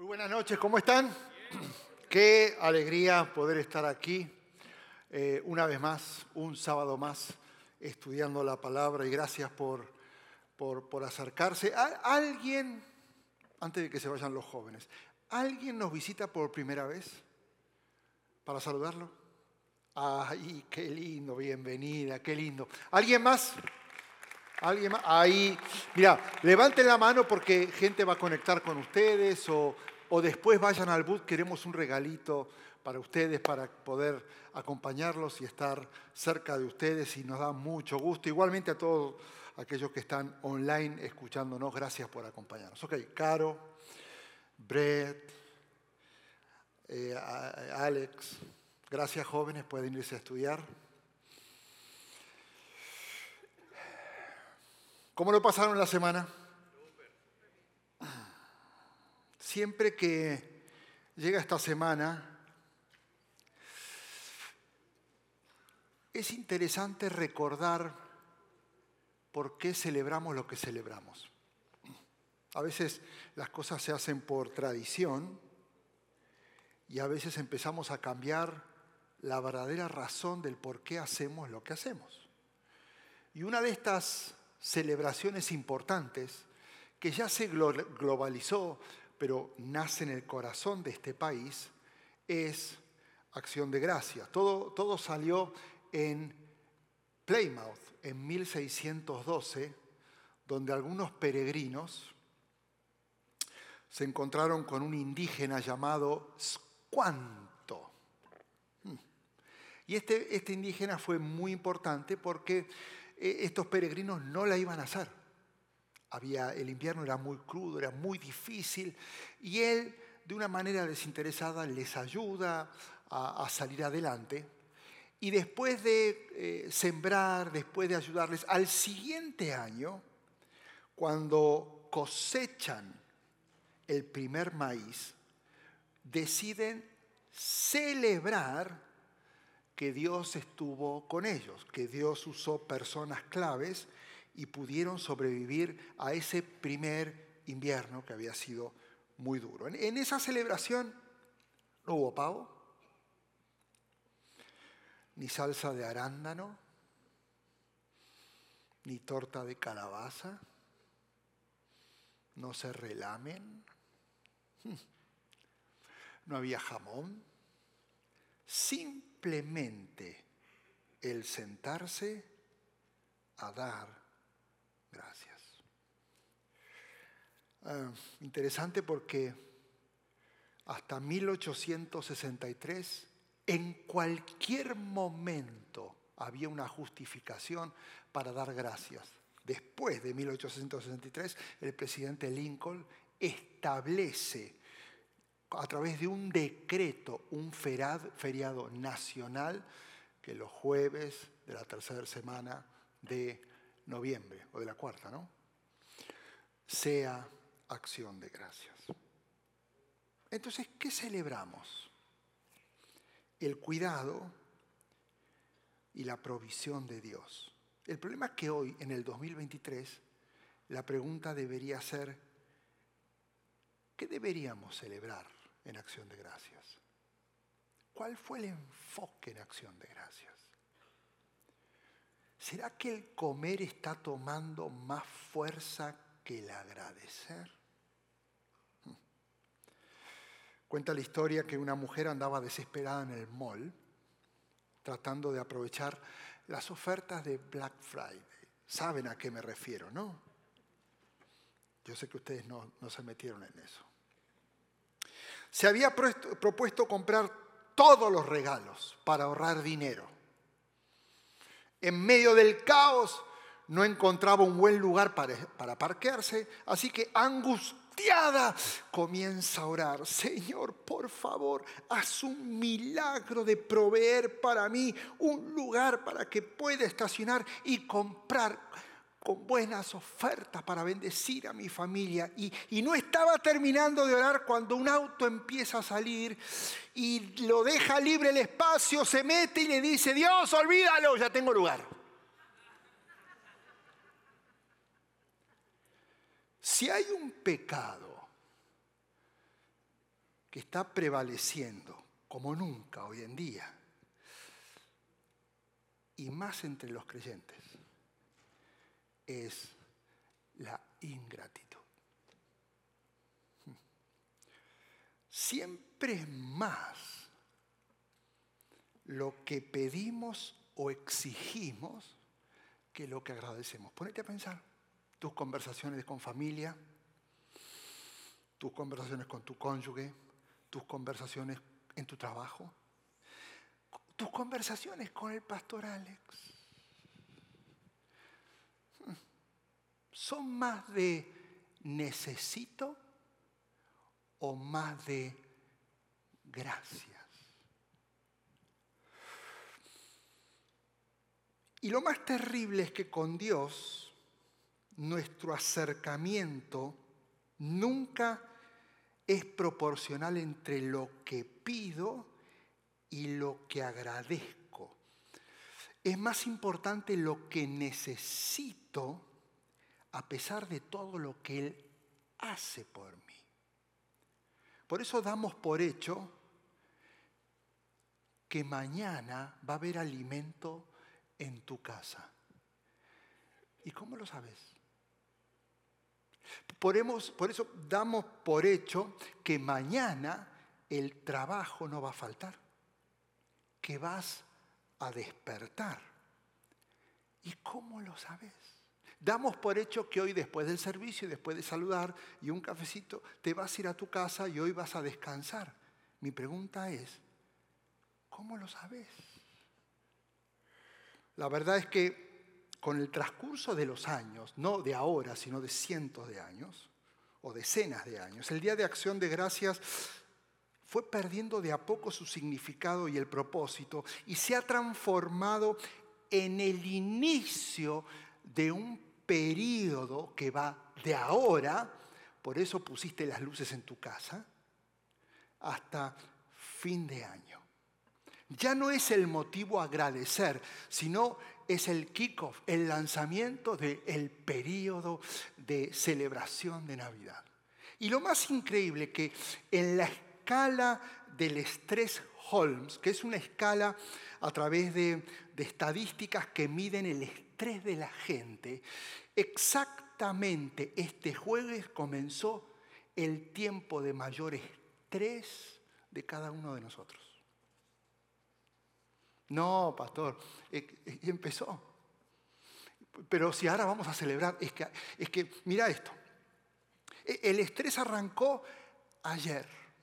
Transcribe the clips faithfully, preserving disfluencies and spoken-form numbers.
Buenas noches, ¿cómo están? Qué alegría poder estar aquí eh, una vez más, un sábado más, estudiando la palabra y gracias por, por, por acercarse. ¿Al- ¿Alguien, antes de que se vayan los jóvenes, alguien nos visita por primera vez para saludarlo? Ay, qué lindo, bienvenida, qué lindo. ¿Alguien más? ¿Alguien más? Ahí, mira, levanten la mano porque gente va a conectar con ustedes o, o después vayan al booth, queremos un regalito para ustedes, para poder acompañarlos y estar cerca de ustedes y nos da mucho gusto. Igualmente a todos aquellos que están online escuchándonos, gracias por acompañarnos. Ok, Caro, Brett, eh, Alex, gracias jóvenes, pueden irse a estudiar. ¿Cómo lo pasaron la semana? Siempre que llega esta semana, es interesante recordar por qué celebramos lo que celebramos. A veces las cosas se hacen por tradición y a veces empezamos a cambiar la verdadera razón del por qué hacemos lo que hacemos. Y una de estas celebraciones importantes, que ya se globalizó, pero nace en el corazón de este país, es Acción de Gracias. Todo, todo salió en Plymouth en mil seiscientos doce, donde algunos peregrinos se encontraron con un indígena llamado Squanto. Y este, este indígena fue muy importante porque estos peregrinos no la iban a hacer. Había, el invierno era muy crudo, era muy difícil, y él, de una manera desinteresada, les ayuda a, a salir adelante. Y después de eh, sembrar, después de ayudarles, al siguiente año, cuando cosechan el primer maíz, deciden celebrar que Dios estuvo con ellos, que Dios usó personas claves y pudieron sobrevivir a ese primer invierno que había sido muy duro. En, en esa celebración no hubo pavo, ni salsa de arándano, ni torta de calabaza, no se relamen, no había jamón, simplemente el sentarse a dar gracias. Uh, interesante porque hasta mil ochocientos sesenta y tres, en cualquier momento había una justificación para dar gracias. Después de mil ochocientos sesenta y tres, el presidente Lincoln establece a través de un decreto un feriado nacional que los jueves de la tercera semana de noviembre, o de la cuarta, ¿no?, sea Acción de Gracias. Entonces, ¿qué celebramos? El cuidado y la provisión de Dios. El problema es que hoy, en el dos mil veintitrés, la pregunta debería ser, ¿qué deberíamos celebrar en Acción de Gracias? ¿Cuál fue el enfoque en Acción de Gracias? ¿Será que el comer está tomando más fuerza que el agradecer? Cuenta la historia que una mujer andaba desesperada en el mall tratando de aprovechar las ofertas de Black Friday. Saben a qué me refiero, ¿no? Yo sé que ustedes no, no se metieron en eso. Se había propuesto, propuesto comprar todos los regalos para ahorrar dinero. En medio del caos no encontraba un buen lugar para, para parquearse, así que angustiada comienza a orar. Señor, por favor, haz un milagro de proveer para mí un lugar para que pueda estacionar y comprar con buenas ofertas para bendecir a mi familia. Y, y no estaba terminando de orar cuando un auto empieza a salir y lo deja libre el espacio, se mete y le dice, Dios, olvídalo, ya tengo lugar. Si hay un pecado que está prevaleciendo como nunca hoy en día, y más entre los creyentes, es la ingratitud. Siempre es más lo que pedimos o exigimos que lo que agradecemos. Ponete a pensar tus conversaciones con familia, tus conversaciones con tu cónyuge, tus conversaciones en tu trabajo, tus conversaciones con el pastor Alex. ¿Son más de necesito o más de gracias? Y lo más terrible es que con Dios, nuestro acercamiento nunca es proporcional entre lo que pido y lo que agradezco. Es más importante lo que necesito a pesar de todo lo que Él hace por mí. Por eso damos por hecho que mañana va a haber alimento en tu casa. ¿Y cómo lo sabes? Por eso damos por hecho que mañana el trabajo no va a faltar, que vas a despertar. ¿Y cómo lo sabes? Damos por hecho que hoy, después del servicio y después de saludar y un cafecito, te vas a ir a tu casa y hoy vas a descansar. Mi pregunta es, ¿cómo lo sabes? La verdad es que con el transcurso de los años, no de ahora, sino de cientos de años, o decenas de años, el Día de Acción de Gracias fue perdiendo de a poco su significado y el propósito y se ha transformado en el inicio de un periodo que va de ahora, por eso pusiste las luces en tu casa, hasta fin de año. Ya no es el motivo a agradecer, sino es el kick-off, el lanzamiento del periodo de celebración de Navidad. Y lo más increíble que en la escala del estrés Holmes, que es una escala a través de, de estadísticas que miden el estrés de la gente, exactamente este jueves comenzó el tiempo de mayor estrés de cada uno de nosotros. No, pastor, eh, empezó. Pero si ahora vamos a celebrar, es que, es que mira esto. El estrés arrancó ayer.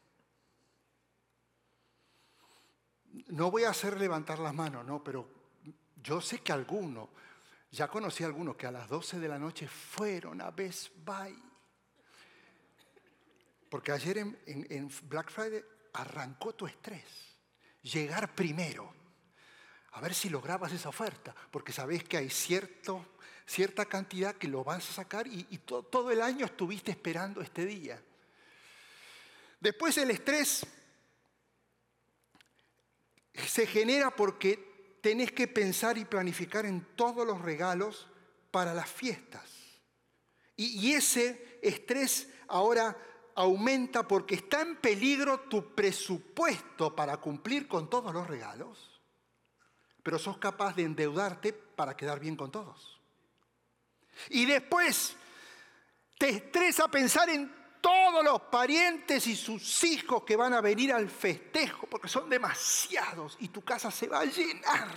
No voy a hacer levantar las manos, no, pero yo sé que algunos, ya conocí a algunos que a las doce de la noche fueron a Best Buy. Porque ayer en, en, en Black Friday arrancó tu estrés. Llegar primero. A ver si lograbas esa oferta, porque sabés que hay cierto, cierta cantidad que lo vas a sacar y, y to, todo el año estuviste esperando este día. Después el estrés se genera porque tenés que pensar y planificar en todos los regalos para las fiestas. Y, y ese estrés ahora aumenta porque está en peligro tu presupuesto para cumplir con todos los regalos. Pero sos capaz de endeudarte para quedar bien con todos. Y después te estresa pensar en todos los parientes y sus hijos que van a venir al festejo, porque son demasiados y tu casa se va a llenar.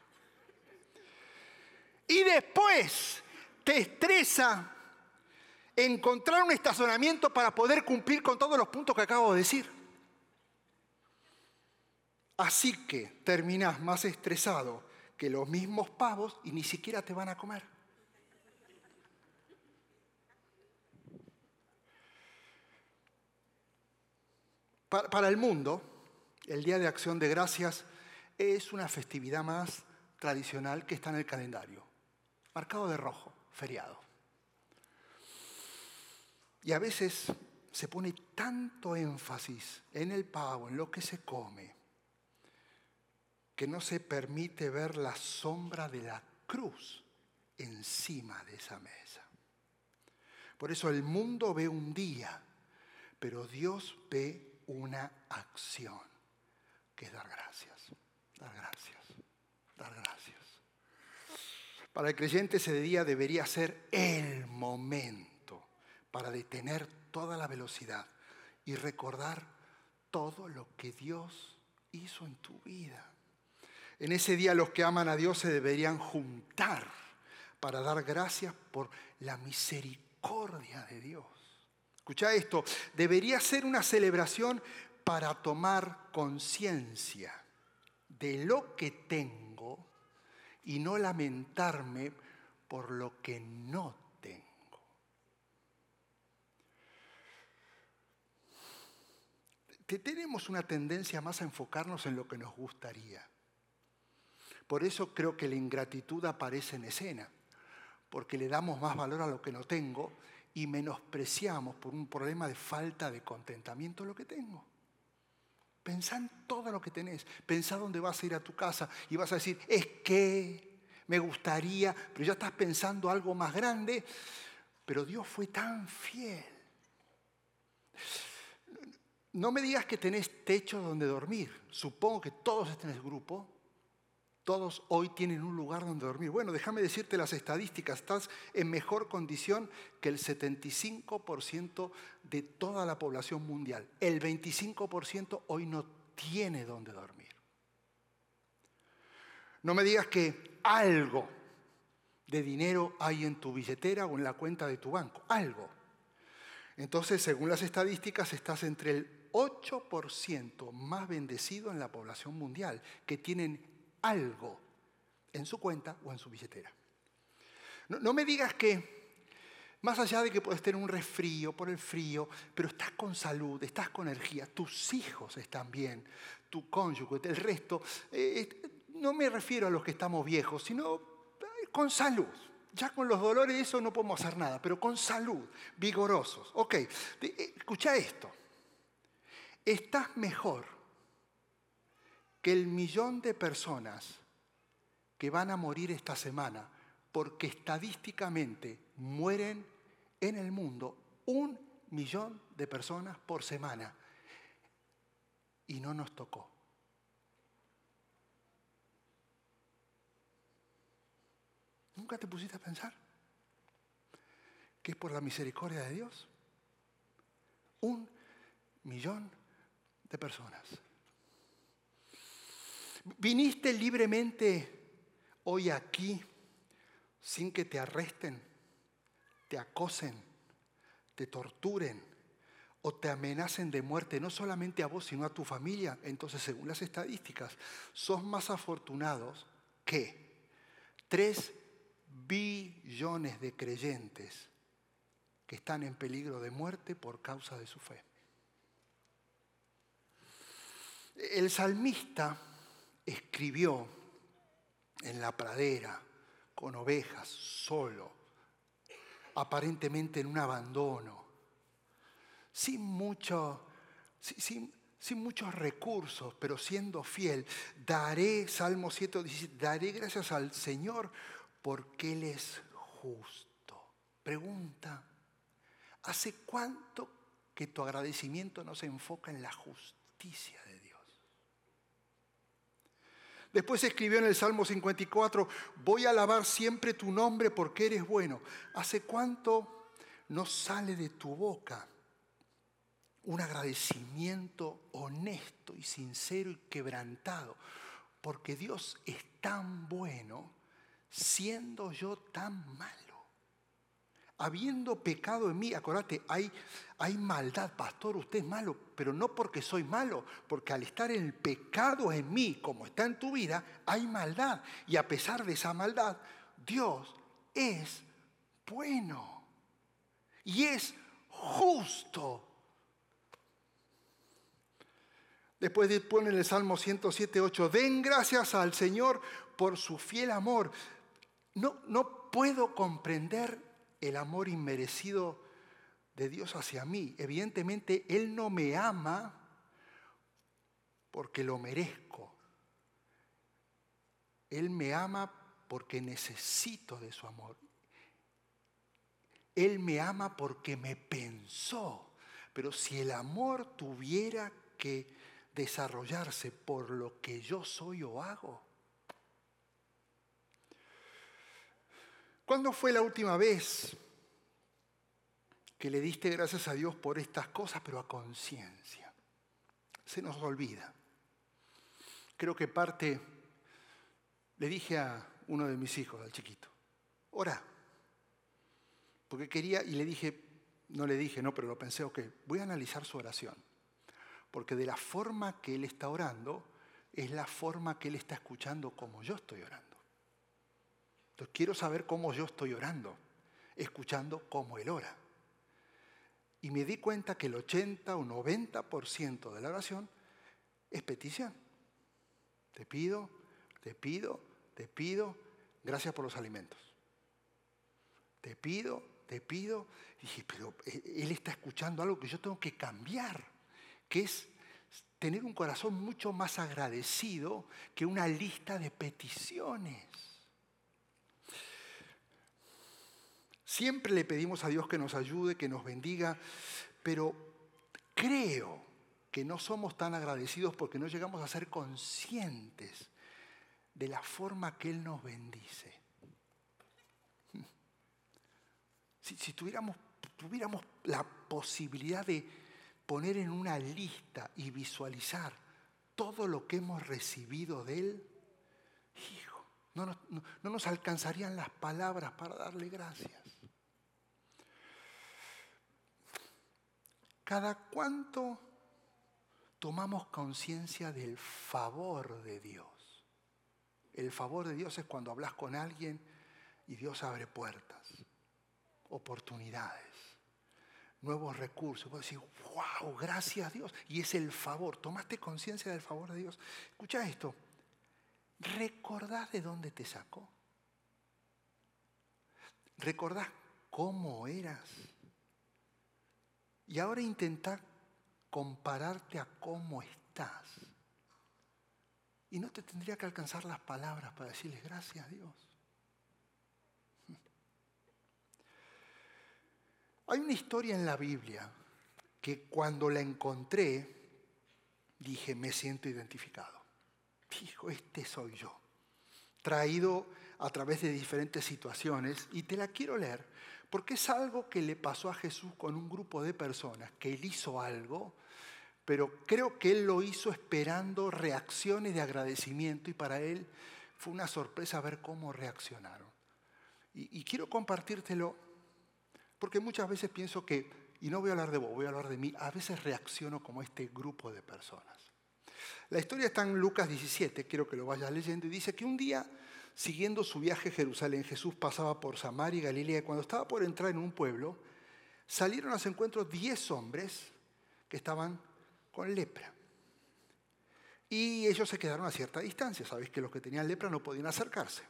Y después te estresa encontrar un estacionamiento para poder cumplir con todos los puntos que acabo de decir. Así que terminás más estresado que los mismos pavos y ni siquiera te van a comer. Para, para el mundo, el Día de Acción de Gracias es una festividad más tradicional que está en el calendario, marcado de rojo, feriado. Y a veces se pone tanto énfasis en el pavo, en lo que se come, que no se permite ver la sombra de la cruz encima de esa mesa. Por eso el mundo ve un día, pero Dios ve una acción, que es dar gracias, dar gracias, dar gracias. Para el creyente ese día debería ser el momento para detener toda la velocidad y recordar todo lo que Dios hizo en tu vida. En ese día los que aman a Dios se deberían juntar para dar gracias por la misericordia de Dios. Escucha esto, debería ser una celebración para tomar conciencia de lo que tengo y no lamentarme por lo que no tengo. Tenemos una tendencia más a enfocarnos en lo que nos gustaría. Por eso creo que la ingratitud aparece en escena, porque le damos más valor a lo que no tengo y menospreciamos por un problema de falta de contentamiento lo que tengo. Pensá en todo lo que tenés, pensá dónde vas a ir a tu casa y vas a decir, es que me gustaría, pero ya estás pensando algo más grande, pero Dios fue tan fiel. No me digas que tenés techo donde dormir, supongo que todos estén en el grupo. Todos hoy tienen un lugar donde dormir. Bueno, déjame decirte las estadísticas. Estás en mejor condición que el setenta y cinco por ciento de toda la población mundial. El veinticinco por ciento hoy no tiene donde dormir. No me digas que algo de dinero hay en tu billetera o en la cuenta de tu banco. Algo. Entonces, según las estadísticas, estás entre el ocho por ciento más bendecido en la población mundial, que tienen algo en su cuenta o en su billetera. No, no me digas que, más allá de que puedes tener un resfrío por el frío, pero estás con salud, estás con energía, tus hijos están bien, tu cónyuge, el resto, eh, no me refiero a los que estamos viejos, sino eh, con salud. Ya con los dolores de eso no podemos hacer nada, pero con salud, vigorosos. Ok, escucha esto. Estás mejor que el millón de personas que van a morir esta semana, porque estadísticamente mueren en el mundo un millón de personas por semana y no nos tocó. ¿Nunca te pusiste a pensar que es por la misericordia de Dios? Un millón de personas. ¿Viniste libremente hoy aquí sin que te arresten, te acosen, te torturen o te amenacen de muerte, no solamente a vos, sino a tu familia? Entonces, según las estadísticas, sos más afortunados que tres billones de creyentes que están en peligro de muerte por causa de su fe. El salmista escribió en la pradera, con ovejas, solo, aparentemente en un abandono, sin, mucho, sin, sin muchos recursos, pero siendo fiel. Daré, Salmo ciento diecisiete, daré gracias al Señor porque Él es justo. Pregunta, ¿hace cuánto que tu agradecimiento no se enfoca en la justicia de Dios? Después escribió en el Salmo cincuenta y cuatro, voy a alabar siempre tu nombre porque eres bueno. ¿Hace cuánto no sale de tu boca un agradecimiento honesto y sincero y quebrantado? Porque Dios es tan bueno siendo yo tan malo. Habiendo pecado en mí, acordate, hay, hay maldad. Pastor, usted es malo, pero no porque soy malo, porque al estar el pecado en mí, como está en tu vida, hay maldad. Y a pesar de esa maldad, Dios es bueno y es justo. Después pone en el Salmo ciento siete, ocho, den gracias al Señor por su fiel amor. No, no puedo comprender el amor inmerecido de Dios hacia mí. Evidentemente, Él no me ama porque lo merezco. Él me ama porque necesito de su amor. Él me ama porque me pensó. pero si el amor tuviera que desarrollarse por lo que yo soy o hago. ¿Cuándo fue la última vez que le diste gracias a Dios por estas cosas, pero a conciencia? Se nos olvida. Creo que parte, le dije a uno de mis hijos, al chiquito, ora. Porque quería, y le dije, no le dije, no, pero lo pensé, ok, voy a analizar su oración. Porque de la forma que él está orando, es la forma que él está escuchando como yo estoy orando. Entonces quiero saber cómo yo estoy orando, escuchando cómo él ora. Y me di cuenta que el ochenta o noventa por ciento de la oración es petición. Te pido, te pido, te pido, gracias por los alimentos. Te pido, te pido. Y dije, pero él está escuchando algo que yo tengo que cambiar, que es tener un corazón mucho más agradecido que una lista de peticiones. Siempre le pedimos a Dios que nos ayude, que nos bendiga, pero creo que no somos tan agradecidos porque no llegamos a ser conscientes de la forma que Él nos bendice. Si, si tuviéramos, tuviéramos la posibilidad de poner en una lista y visualizar todo lo que hemos recibido de Él, hijo, no nos, no, no nos alcanzarían las palabras para darle gracias. ¿Cada cuánto tomamos conciencia del favor de Dios? El favor de Dios es cuando hablas con alguien y Dios abre puertas, oportunidades, nuevos recursos. Vos decís, wow, gracias a Dios. Y es el favor. ¿Tomaste conciencia del favor de Dios? Escucha esto. ¿Recordás de dónde te sacó? ¿Recordás cómo eras? Y ahora intentá compararte a cómo estás. Y no te tendría que alcanzar las palabras para decirles gracias a Dios. Hay una historia en la Biblia que cuando la encontré, dije, me siento identificado. Hijo, este soy yo. Traído a través de diferentes situaciones, y te la quiero leer, porque es algo que le pasó a Jesús con un grupo de personas, que Él hizo algo, pero creo que Él lo hizo esperando reacciones de agradecimiento, y para Él fue una sorpresa ver cómo reaccionaron. Y, y quiero compartírtelo, porque muchas veces pienso que, y no voy a hablar de vos, voy a hablar de mí, a veces reacciono como este grupo de personas. La historia está en Lucas diecisiete, quiero que lo vayas leyendo, y dice que un día, siguiendo su viaje a Jerusalén, Jesús pasaba por Samaria y Galilea, y cuando estaba por entrar en un pueblo, salieron a su encuentro diez hombres que estaban con lepra. Y ellos se quedaron a cierta distancia, sabéis que los que tenían lepra no podían acercarse.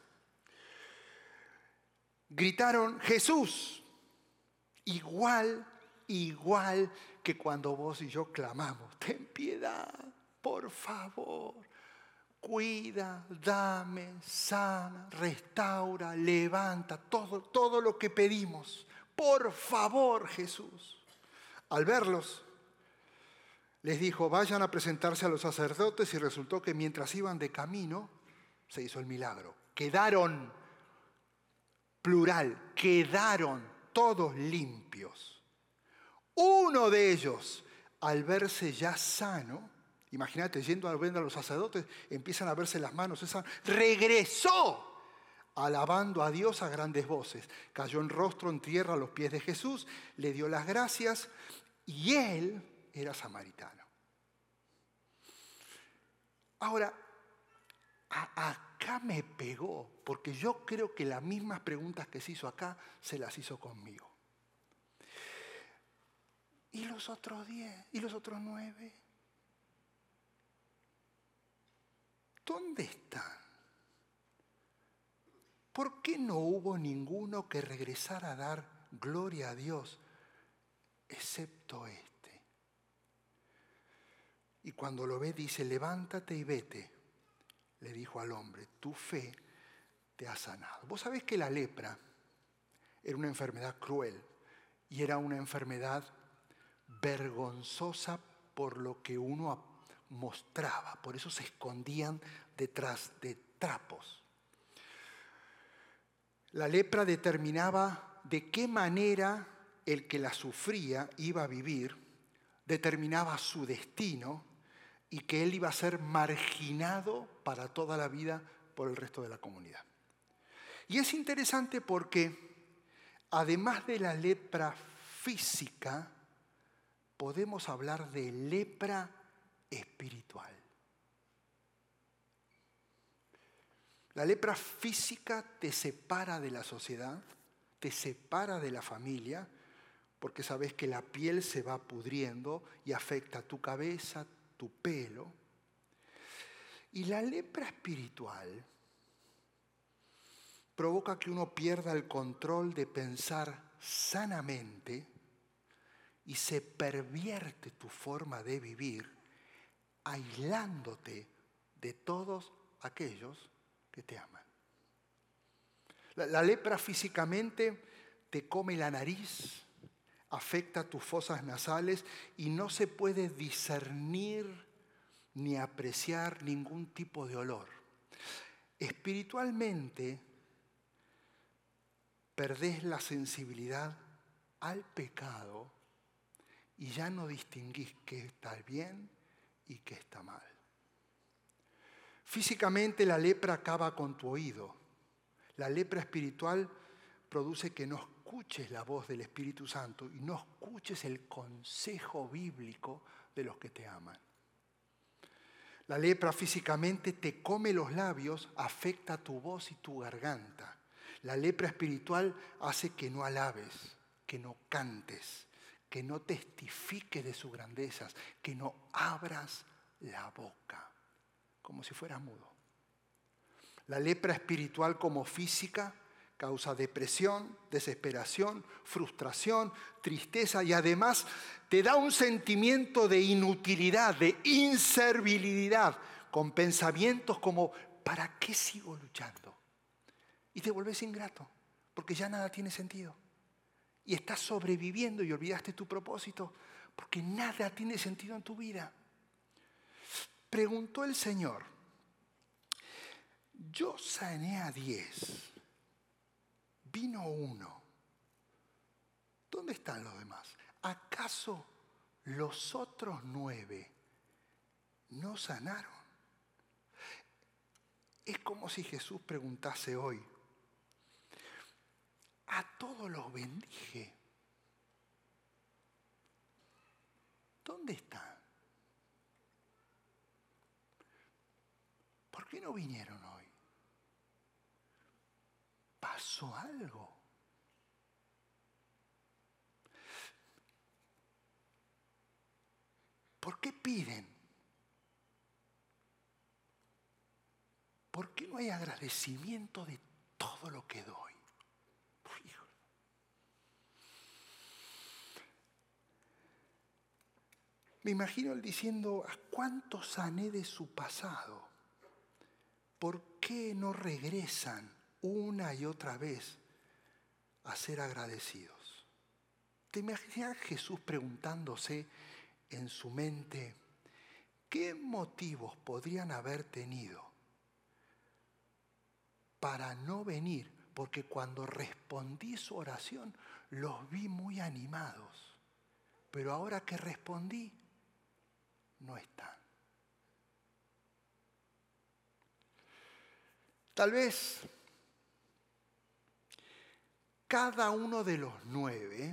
Gritaron, Jesús, igual, igual que cuando vos y yo clamamos, ten piedad, por favor, cuida, dame, sana, restaura, levanta, todo, todo lo que pedimos. Por favor, Jesús. Al verlos, les dijo, vayan a presentarse a los sacerdotes, y resultó que mientras iban de camino, se hizo el milagro. Quedaron, plural, quedaron todos limpios. Uno de ellos, al verse ya sano, imagínate, yendo a ver a los sacerdotes, empiezan a verse las manos, esa, regresó alabando a Dios a grandes voces. Cayó en rostro en tierra a los pies de Jesús, le dio las gracias, y él era samaritano. Ahora, a, acá me pegó, porque yo creo que las mismas preguntas que se hizo acá, se las hizo conmigo. ¿Y los otros diez? ¿Y los otros nueve? ¿Dónde están? ¿Por qué no hubo ninguno que regresara a dar gloria a Dios, excepto este? Y cuando lo ve dice, levántate y vete, le dijo al hombre, tu fe te ha sanado. Vos sabés que la lepra era una enfermedad cruel y era una enfermedad vergonzosa por lo que uno mostraba. Por eso se escondían detrás de trapos. La lepra determinaba de qué manera el que la sufría iba a vivir, determinaba su destino y que él iba a ser marginado para toda la vida por el resto de la comunidad. Y es interesante porque además de la lepra física, podemos hablar de lepra espiritual. La lepra física te separa de la sociedad, te separa de la familia, porque sabes que la piel se va pudriendo y afecta tu cabeza, tu pelo. Y la lepra espiritual provoca que uno pierda el control de pensar sanamente y se pervierte tu forma de vivir, aislándote de todos aquellos que te aman. La, la lepra físicamente te come la nariz, afecta tus fosas nasales y no se puede discernir ni apreciar ningún tipo de olor. Espiritualmente, perdés la sensibilidad al pecado y ya no distinguís qué está bien y qué está mal. Físicamente la lepra acaba con tu oído. La lepra espiritual produce que no escuches la voz del Espíritu Santo y no escuches el consejo bíblico de los que te aman. La lepra físicamente te come los labios, afecta tu voz y tu garganta. La lepra espiritual hace que no alabes, que no cantes, que no testifiques de sus grandezas, que no abras la boca, como si fueras mudo. La lepra espiritual como física causa depresión, desesperación, frustración, tristeza y además te da un sentimiento de inutilidad, de inservibilidad, con pensamientos como ¿para qué sigo luchando? Y te volvés ingrato, porque ya nada tiene sentido. Y estás sobreviviendo y olvidaste tu propósito, porque nada tiene sentido en tu vida. Preguntó el Señor, yo sané a diez, vino uno. ¿Dónde están los demás? ¿Acaso los otros nueve no sanaron? Es como si Jesús preguntase hoy, a todos los bendije. ¿Dónde están? ¿Por qué no vinieron hoy? ¿Pasó algo? ¿Por qué piden? ¿Por qué no hay agradecimiento de todo lo que doy? Me imagino él diciendo, ¿a cuántos sané de su pasado? ¿Por qué no regresan una y otra vez a ser agradecidos? ¿Te imaginas Jesús preguntándose en su mente, ¿qué motivos podrían haber tenido para no venir? Porque cuando respondí su oración, los vi muy animados. Pero ahora que respondí, no están. Tal vez cada uno de los nueve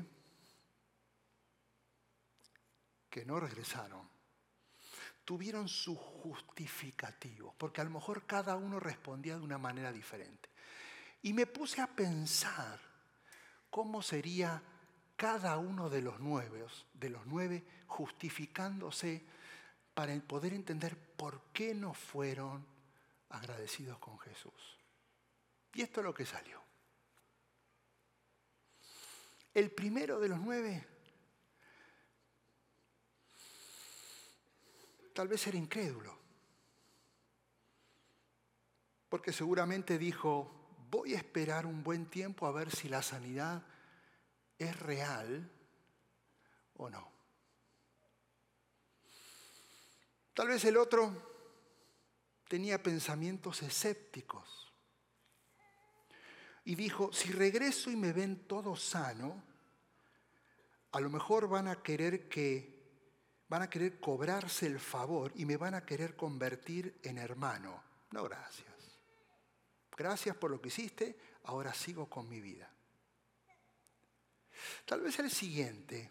que no regresaron tuvieron sus justificativos, porque a lo mejor cada uno respondía de una manera diferente. Y me puse a pensar cómo sería cada uno de los nueve, de los nueve justificándose para poder entender por qué no fueron agradecidos con Jesús. Y esto es lo que salió. El primero de los nueve tal vez era incrédulo, porque seguramente dijo, voy a esperar un buen tiempo a ver si la sanidad es real o no. Tal vez el otro tenía pensamientos escépticos y dijo, si regreso y me ven todo sano, a lo mejor van a querer que van a querer cobrarse el favor y me van a querer convertir en hermano. No, gracias. Gracias por lo que hiciste, ahora sigo con mi vida. Tal vez el siguiente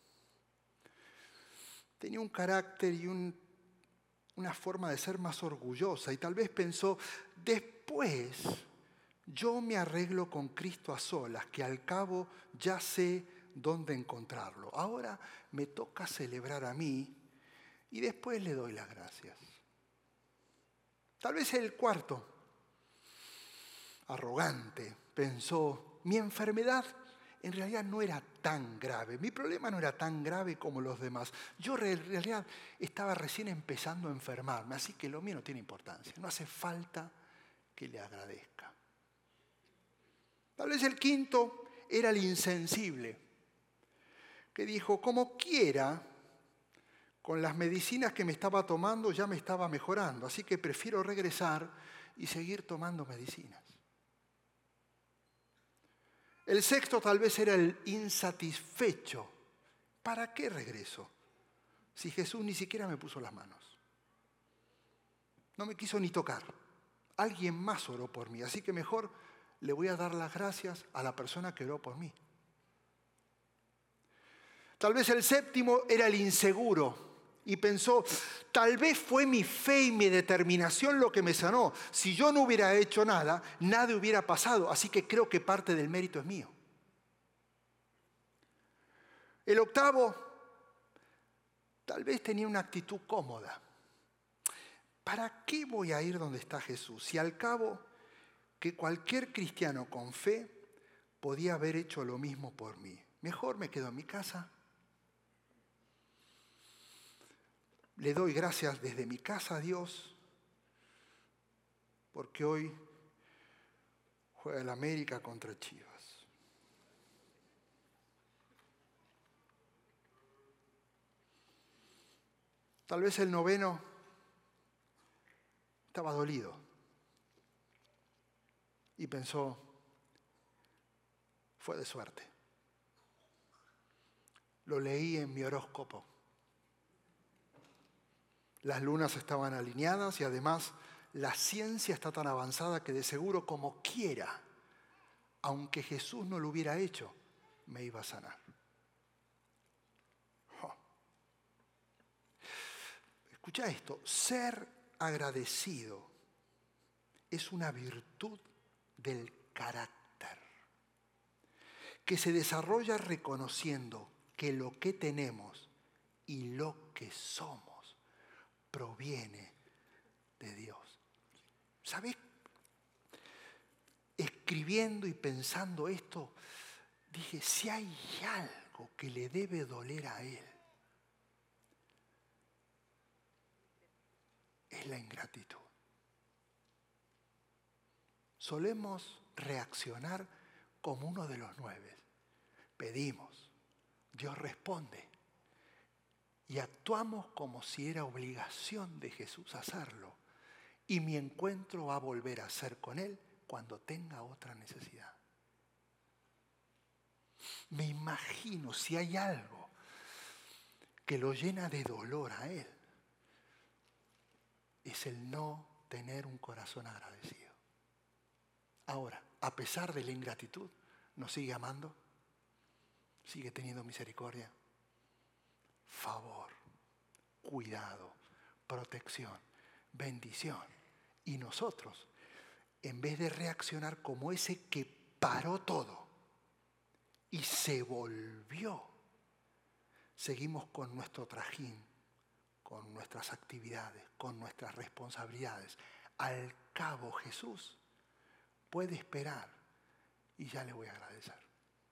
tenía un carácter y un, una forma de ser más orgullosa y tal vez pensó, después yo me arreglo con Cristo a solas, que al cabo ya sé dónde encontrarlo. Ahora me toca celebrar a mí y después le doy las gracias. Tal vez el cuarto, arrogante, pensó, mi enfermedad en realidad no era tan grave, mi problema no era tan grave como los demás. Yo en realidad estaba recién empezando a enfermarme, así que lo mío no tiene importancia, no hace falta que le agradezca. Tal vez el quinto era el insensible, que dijo, como quiera, con las medicinas que me estaba tomando ya me estaba mejorando, así que prefiero regresar y seguir tomando medicinas. El sexto tal vez era el insatisfecho. ¿Para qué regreso? Si Jesús ni siquiera me puso las manos. No me quiso ni tocar. Alguien más oró por mí, así que mejor le voy a dar las gracias a la persona que oró por mí. Tal vez el séptimo era el inseguro y pensó, tal vez fue mi fe y mi determinación lo que me sanó. Si yo no hubiera hecho nada, nada hubiera pasado, así que creo que parte del mérito es mío. El octavo, tal vez tenía una actitud cómoda. ¿Para qué voy a ir donde está Jesús? Si al cabo que cualquier cristiano con fe podía haber hecho lo mismo por mí. Mejor me quedo en mi casa. Le doy gracias desde mi casa a Dios, porque hoy juega el América contra Chivas. Tal vez el noveno estaba dolido y pensó, fue de suerte. Lo leí en mi horóscopo. Las lunas estaban alineadas y además la ciencia está tan avanzada que de seguro como quiera, aunque Jesús no lo hubiera hecho, me iba a sanar. Oh. Escucha esto, ser agradecido es una virtud del carácter que se desarrolla reconociendo que lo que tenemos y lo que somos proviene de Dios. ¿Sabes? Escribiendo y pensando esto, dije, si hay algo que le debe doler a Él, es la ingratitud. Solemos reaccionar como uno de los nueve. Pedimos, Dios responde. Y actuamos como si era obligación de Jesús hacerlo. Y mi encuentro va a volver a ser con Él cuando tenga otra necesidad. Me imagino si hay algo que lo llena de dolor a Él, es el no tener un corazón agradecido. Ahora, a pesar de la ingratitud, ¿nos sigue amando? ¿Sigue teniendo misericordia? Favor, cuidado, protección, bendición. Y nosotros, en vez de reaccionar como ese que paró todo y se volvió, seguimos con nuestro trajín, con nuestras actividades, con nuestras responsabilidades. Al cabo Jesús puede esperar y ya le voy a agradecer.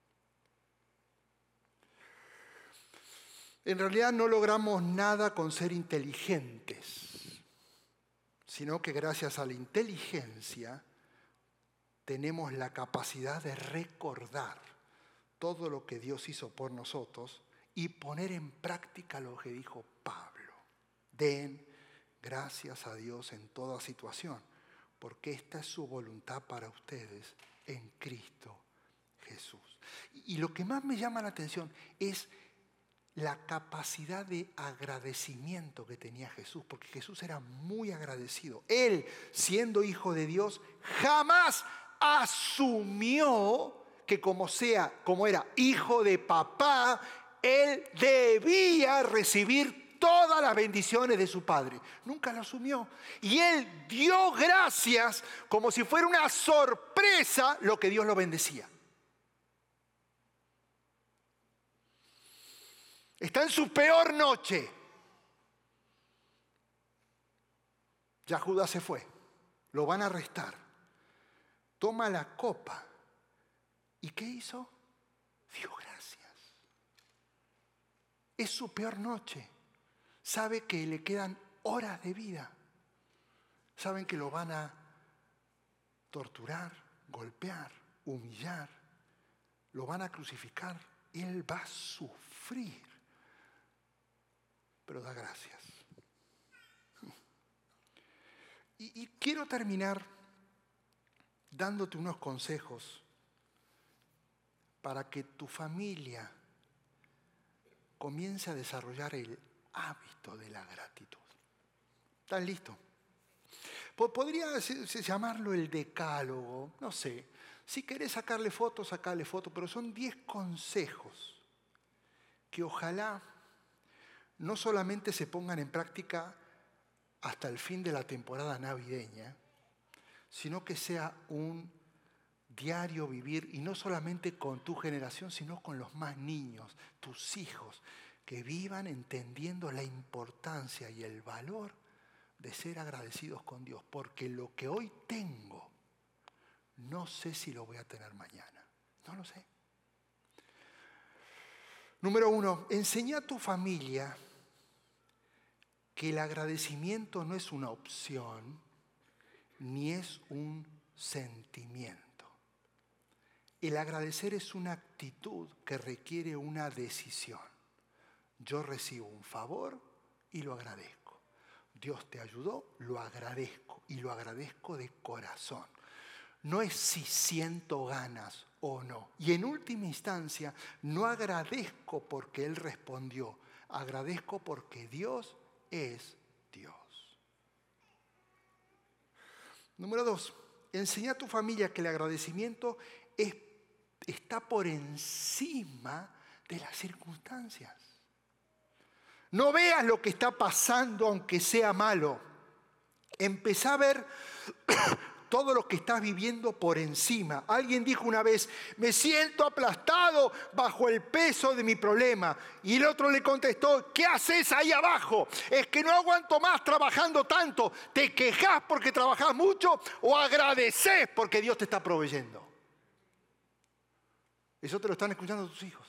En realidad no logramos nada con ser inteligentes, sino que gracias a la inteligencia tenemos la capacidad de recordar todo lo que Dios hizo por nosotros y poner en práctica lo que dijo Pablo. Den gracias a Dios en toda situación, porque esta es su voluntad para ustedes en Cristo Jesús. Y lo que más me llama la atención es la capacidad de agradecimiento que tenía Jesús, porque Jesús era muy agradecido. Él, siendo hijo de Dios, jamás asumió que como sea, como era hijo de papá, él debía recibir todas las bendiciones de su padre. Nunca lo asumió. Y él dio gracias como si fuera una sorpresa lo que Dios lo bendecía. Está en su peor noche. Ya Judas se fue. Lo van a arrestar. Toma la copa. ¿Y qué hizo? Dio gracias. Es su peor noche. Sabe que le quedan horas de vida. Saben que lo van a torturar, golpear, humillar. Lo van a crucificar. Él va a sufrir. Pero da gracias. Y, y quiero terminar dándote unos consejos para que tu familia comience a desarrollar el hábito de la gratitud. ¿Estás listo? Podría llamarlo el decálogo, no sé. Si querés sacarle fotos, sacarle fotos, pero son diez consejos que ojalá no solamente se pongan en práctica hasta el fin de la temporada navideña, sino que sea un diario vivir, y no solamente con tu generación, sino con los más niños, tus hijos, que vivan entendiendo la importancia y el valor de ser agradecidos con Dios, porque lo que hoy tengo, no sé si lo voy a tener mañana, no lo sé. Número uno, enseña a tu familia que el agradecimiento no es una opción, ni es un sentimiento. El agradecer es una actitud que requiere una decisión. Yo recibo un favor y lo agradezco. Dios te ayudó, lo agradezco y lo agradezco de corazón. No es si siento ganas o no. Y en última instancia, no agradezco porque Él respondió, agradezco porque Dios es Dios. Número dos, enseña a tu familia que el agradecimiento es, está por encima de las circunstancias. No veas lo que está pasando aunque sea malo. Empezá a ver todo lo que estás viviendo por encima. Alguien dijo una vez, me siento aplastado bajo el peso de mi problema. Y el otro le contestó, ¿qué haces ahí abajo? Es que no aguanto más trabajando tanto. ¿Te quejas porque trabajas mucho o agradeces porque Dios te está proveyendo? Eso te lo están escuchando tus hijos.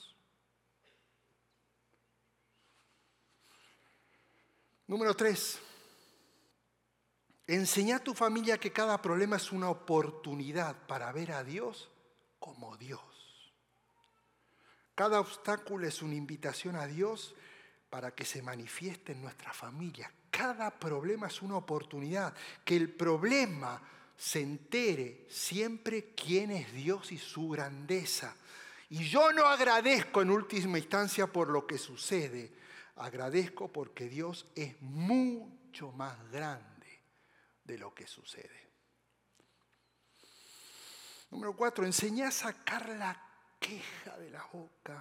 Número tres. Enseña a tu familia que cada problema es una oportunidad para ver a Dios como Dios. Cada obstáculo es una invitación a Dios para que se manifieste en nuestra familia. Cada problema es una oportunidad. Que el problema se entere siempre quién es Dios y su grandeza. Y yo no agradezco en última instancia por lo que sucede. Agradezco porque Dios es mucho más grande de lo que sucede. Número cuatro, enseñá a sacar la queja de la boca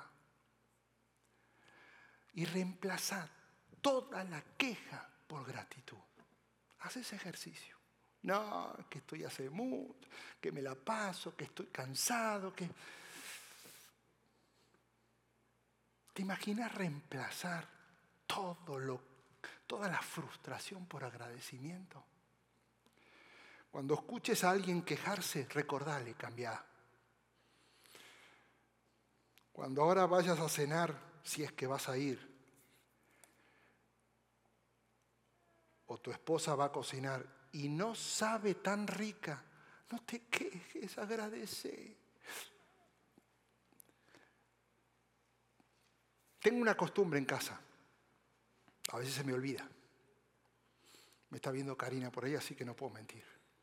y reemplazar toda la queja por gratitud. Haz ese ejercicio. No, que estoy hace mucho, que me la paso, que estoy cansado, que... ¿Te imaginas reemplazar todo lo, toda la frustración por agradecimiento? Cuando escuches a alguien quejarse, recordale, cambiá. Cuando ahora vayas a cenar, si es que vas a ir, o tu esposa va a cocinar y no sabe tan rica, no te quejes, agradece. Tengo una costumbre en casa, a veces se me olvida. está viendo Karina por ahí, así que no puedo mentir.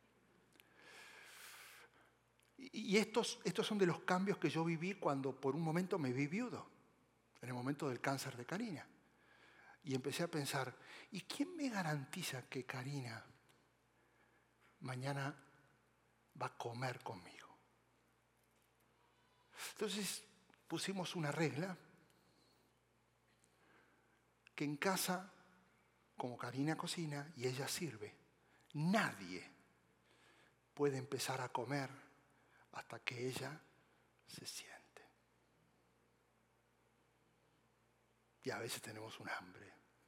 Y estos, estos son de los cambios que yo viví cuando por un momento me vi viudo, en el momento del cáncer de Karina. Y empecé a pensar, ¿y quién me garantiza que Karina mañana va a comer conmigo? Entonces pusimos una regla, que en casa, como Karina cocina y ella sirve, nadie puede empezar a comer hasta que ella se siente. Y a veces tenemos un hambre.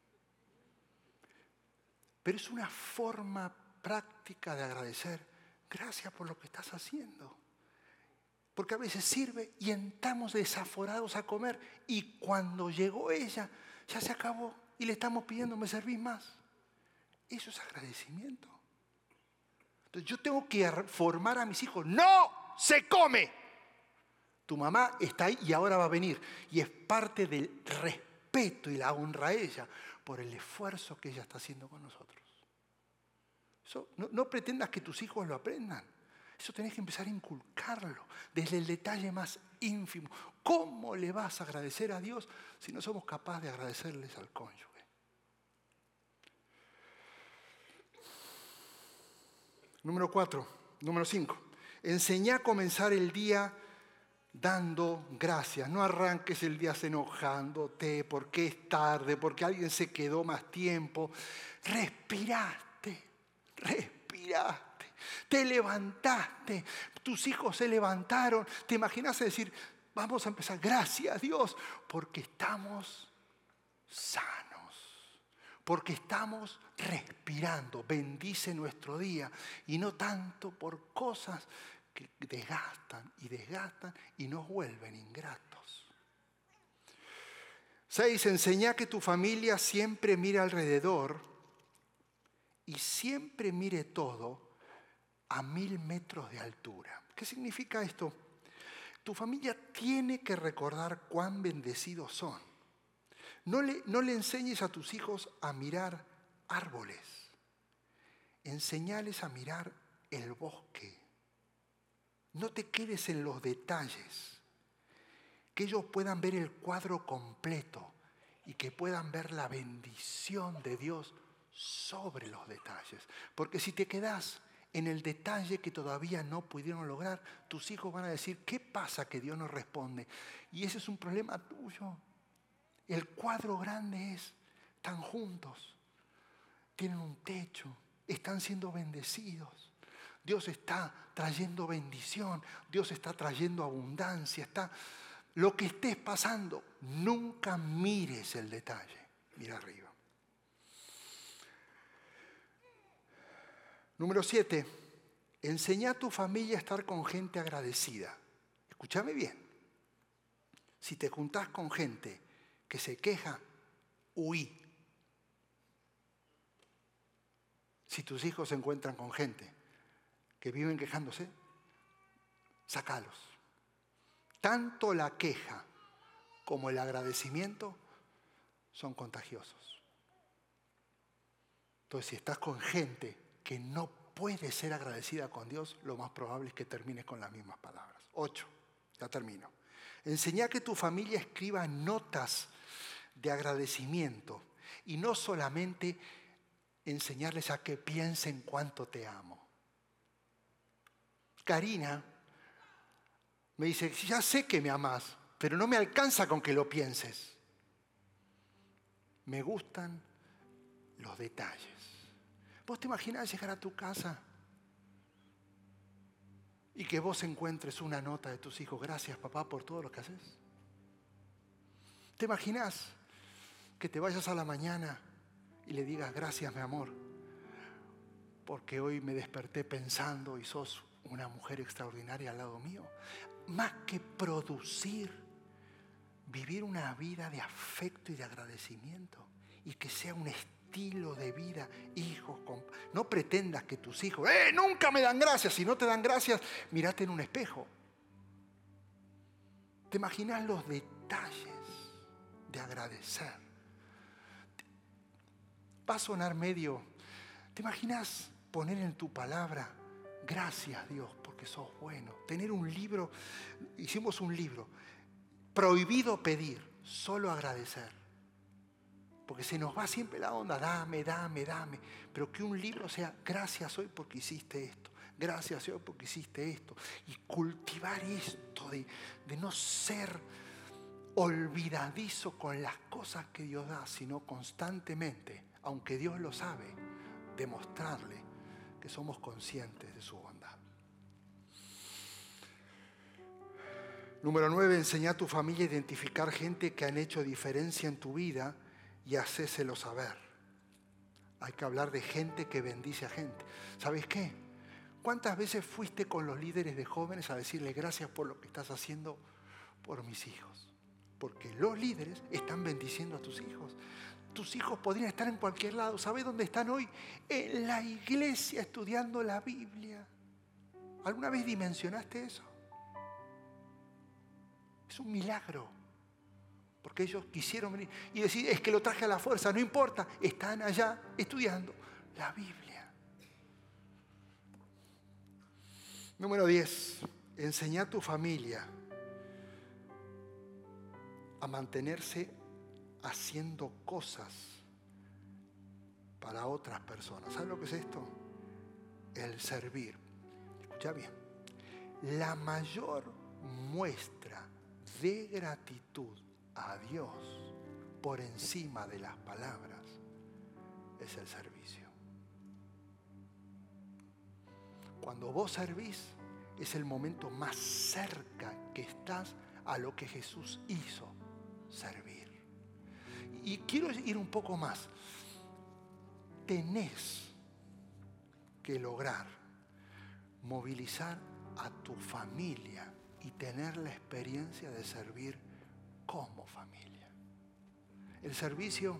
Pero es una forma práctica de agradecer. Gracias por lo que estás haciendo. Porque a veces sirve y entramos desaforados a comer. Y cuando llegó ella, ya se acabó. Y le estamos pidiendo, ¿me servís más? Eso es agradecimiento. Entonces yo tengo que formar a mis hijos. ¡No se come! Tu mamá está ahí y ahora va a venir. Y es parte del respeto y la honra a ella por el esfuerzo que ella está haciendo con nosotros. Eso, no, no pretendas que tus hijos lo aprendan. Eso tenés que empezar a inculcarlo desde el detalle más ínfimo. ¿Cómo le vas a agradecer a Dios si no somos capaces de agradecerles al cónyuge? Número cuatro, número cinco. Enseñá a comenzar el día dando gracias. No arranques el día enojándote porque es tarde, porque alguien se quedó más tiempo. Respiraste, respiraste. Te levantaste, tus hijos se levantaron. ¿Te imaginas decir, vamos a empezar? Gracias a Dios, porque estamos sanos, porque estamos respirando. Bendice nuestro día y no tanto por cosas que desgastan y desgastan y nos vuelven ingratos. Seis, enseñá que tu familia siempre mire alrededor y siempre mire todo a mil metros de altura. ¿Qué significa esto? Tu familia tiene que recordar cuán bendecidos son. No le, no le enseñes a tus hijos a mirar árboles. Enseñales a mirar el bosque. No te quedes en los detalles. Que ellos puedan ver el cuadro completo y que puedan ver la bendición de Dios sobre los detalles. Porque si te quedas en el detalle que todavía no pudieron lograr, tus hijos van a decir, ¿qué pasa que Dios no responde? Y ese es un problema tuyo. El cuadro grande es, están juntos, tienen un techo, están siendo bendecidos. Dios está trayendo bendición, Dios está trayendo abundancia, está lo que estés pasando, nunca mires el detalle, mira arriba. Número siete, enseñá a tu familia a estar con gente agradecida. Escúchame bien. Si te juntás con gente que se queja, huí. Si tus hijos se encuentran con gente que viven quejándose, sácalos. Tanto la queja como el agradecimiento son contagiosos. Entonces, si estás con gente que no puede ser agradecida con Dios, lo más probable es que termines con las mismas palabras. Ocho, ya termino. Enseñá que tu familia escriba notas de agradecimiento y no solamente enseñarles a que piensen cuánto te amo. Karina me dice, ya sé que me amás, pero no me alcanza con que lo pienses. Me gustan los detalles. ¿Vos te imaginás llegar a tu casa y que vos encuentres una nota de tus hijos? Gracias, papá, por todo lo que haces. ¿Te imaginás que te vayas a la mañana y le digas, gracias, mi amor, porque hoy me desperté pensando y sos una mujer extraordinaria al lado mío? Más que producir, vivir una vida de afecto y de agradecimiento y que sea un estilo estilo de vida, hijos. Con... No pretendas que tus hijos, ¡eh, nunca me dan gracias! Si no te dan gracias, mírate en un espejo. ¿Te imaginas los detalles de agradecer? Va a sonar medio, ¿Te imaginas poner en tu palabra, gracias Dios, porque sos bueno? Tener un libro, hicimos un libro, prohibido pedir, solo agradecer. Porque se nos va siempre la onda, dame, dame, dame. Pero que un libro sea, gracias hoy porque hiciste esto. Gracias hoy porque hiciste esto. Y cultivar esto de, de no ser olvidadizo con las cosas que Dios da, sino constantemente, aunque Dios lo sabe, demostrarle que somos conscientes de su bondad. Número nueve, enseña a tu familia a identificar gente que han hecho diferencia en tu vida y hacéselo saber. Hay que hablar de gente que bendice a gente. ¿Sabes qué? ¿Cuántas veces fuiste con los líderes de jóvenes a decirle gracias por lo que estás haciendo por mis hijos? Porque los líderes están bendiciendo a tus hijos. Tus hijos podrían estar en cualquier lado. ¿Sabes dónde están hoy? En la iglesia estudiando la Biblia. ¿Alguna vez dimensionaste eso? Es un milagro. Porque ellos quisieron venir y decir, es que lo traje a la fuerza. No importa, están allá estudiando la Biblia. Número diez. Enseña a tu familia a mantenerse haciendo cosas para otras personas. ¿Sabes lo que es esto? El servir. Escucha bien. La mayor muestra de gratitud a Dios por encima de las palabras es el servicio. Cuando vos servís es el momento más cerca que estás a lo que Jesús hizo, servir. Y quiero ir un poco más. Tenés que lograr movilizar a tu familia y tener la experiencia de servir como familia. El servicio,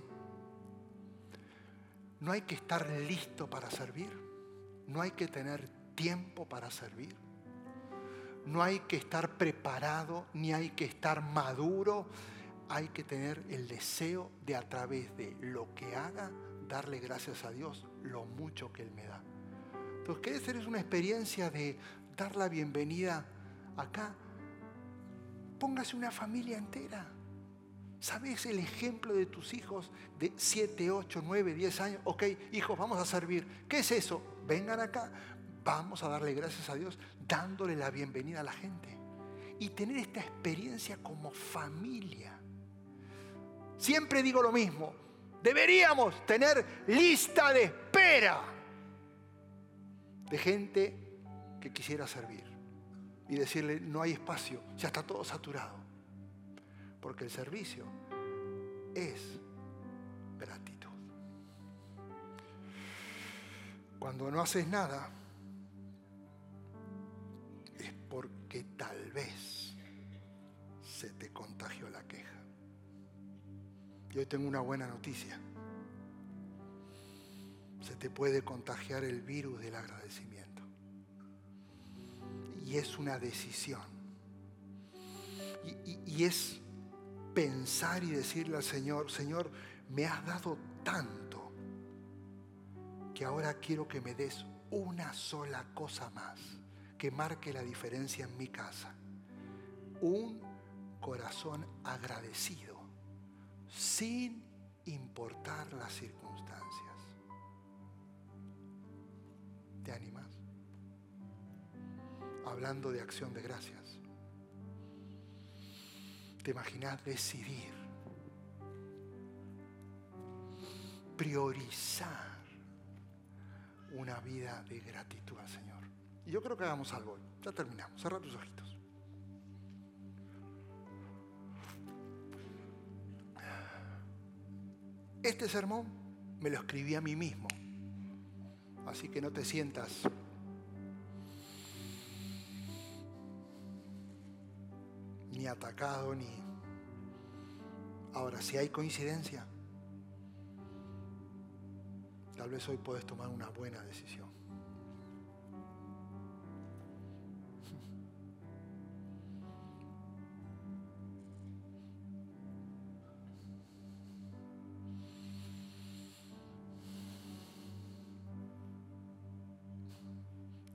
no hay que estar listo para servir, no hay que tener tiempo para servir, no hay que estar preparado, ni hay que estar maduro. Hay que tener el deseo de, a través de lo que haga, darle gracias a Dios lo mucho que Él me da. Entonces, ¿querés tener una experiencia de dar la bienvenida acá? Póngase una familia entera. ¿Sabes el ejemplo de tus hijos de siete, ocho, nueve, diez años? Ok, hijos, vamos a servir. ¿Qué es eso? Vengan acá, vamos a darle gracias a Dios, dándole la bienvenida a la gente. Y tener esta experiencia como familia. Siempre digo lo mismo, deberíamos tener lista de espera de gente que quisiera servir y decirle no hay espacio, ya está todo saturado, porque el servicio es gratitud. Cuando no haces nada es porque tal vez se te contagió la queja. Y hoy tengo una buena noticia. Se te puede contagiar el virus del agradecimiento. Y es una decisión. Y, y, y es pensar y decirle al Señor, Señor, me has dado tanto que ahora quiero que me des una sola cosa más que marque la diferencia en mi casa. Un corazón agradecido. Sin importar las circunstancias. ¿Te animas? Hablando de acción de gracias. ¿Te imaginas decidir? Priorizar una vida de gratitud al Señor. Y yo creo que hagamos algo hoy. Ya terminamos. Cerra tus ojitos. Este sermón me lo escribí a mí mismo, así que no te sientas ni atacado, ni... Ahora, si hay coincidencia, tal vez hoy puedes tomar una buena decisión.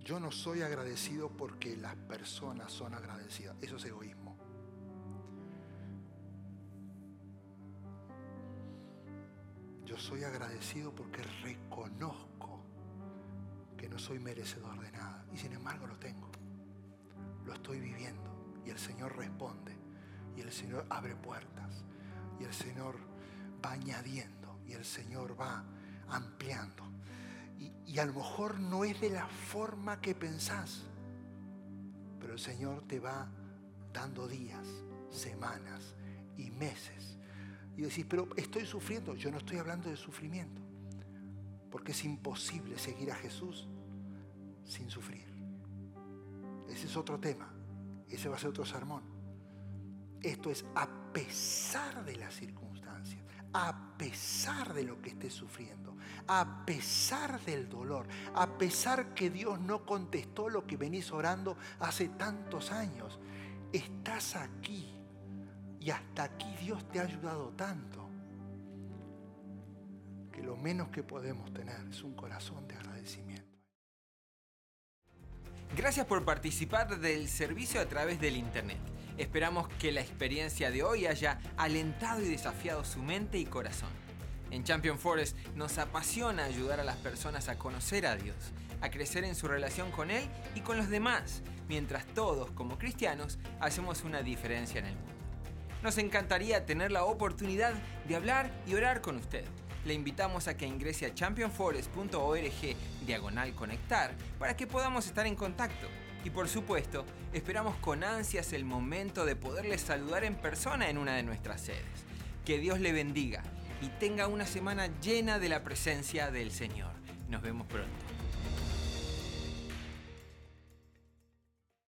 yo no soy agradecido porque las personas son agradecidas. Eso es egoísmo. Yo soy agradecido porque reconozco que no soy merecedor de nada. Y sin embargo lo tengo. Lo estoy viviendo. Y el Señor responde. Y el Señor abre puertas. Y el Señor va añadiendo. Y el Señor va ampliando. Y, y a lo mejor no es de la forma que pensás. Pero el Señor te va dando días, semanas y meses. Y decís, pero estoy sufriendo. Yo no estoy hablando de sufrimiento. Porque es imposible seguir a Jesús sin sufrir. Ese es otro tema. Ese va a ser otro sermón. Esto es a pesar de las circunstancias, a pesar de lo que estés sufriendo, a pesar del dolor, a pesar que Dios no contestó lo que venís orando hace tantos años. Estás aquí. Y hasta aquí Dios te ha ayudado tanto que lo menos que podemos tener es un corazón de agradecimiento. Gracias por participar del servicio a través del internet. Esperamos que la experiencia de hoy haya alentado y desafiado su mente y corazón. En Champion Forest nos apasiona ayudar a las personas a conocer a Dios, a crecer en su relación con Él y con los demás, mientras todos, como cristianos, hacemos una diferencia en el mundo. Nos encantaría tener la oportunidad de hablar y orar con usted. Le invitamos a que ingrese a champion forest punto org diagonal conectar para que podamos estar en contacto. Y por supuesto, esperamos con ansias el momento de poderles saludar en persona en una de nuestras sedes. Que Dios le bendiga y tenga una semana llena de la presencia del Señor. Nos vemos pronto.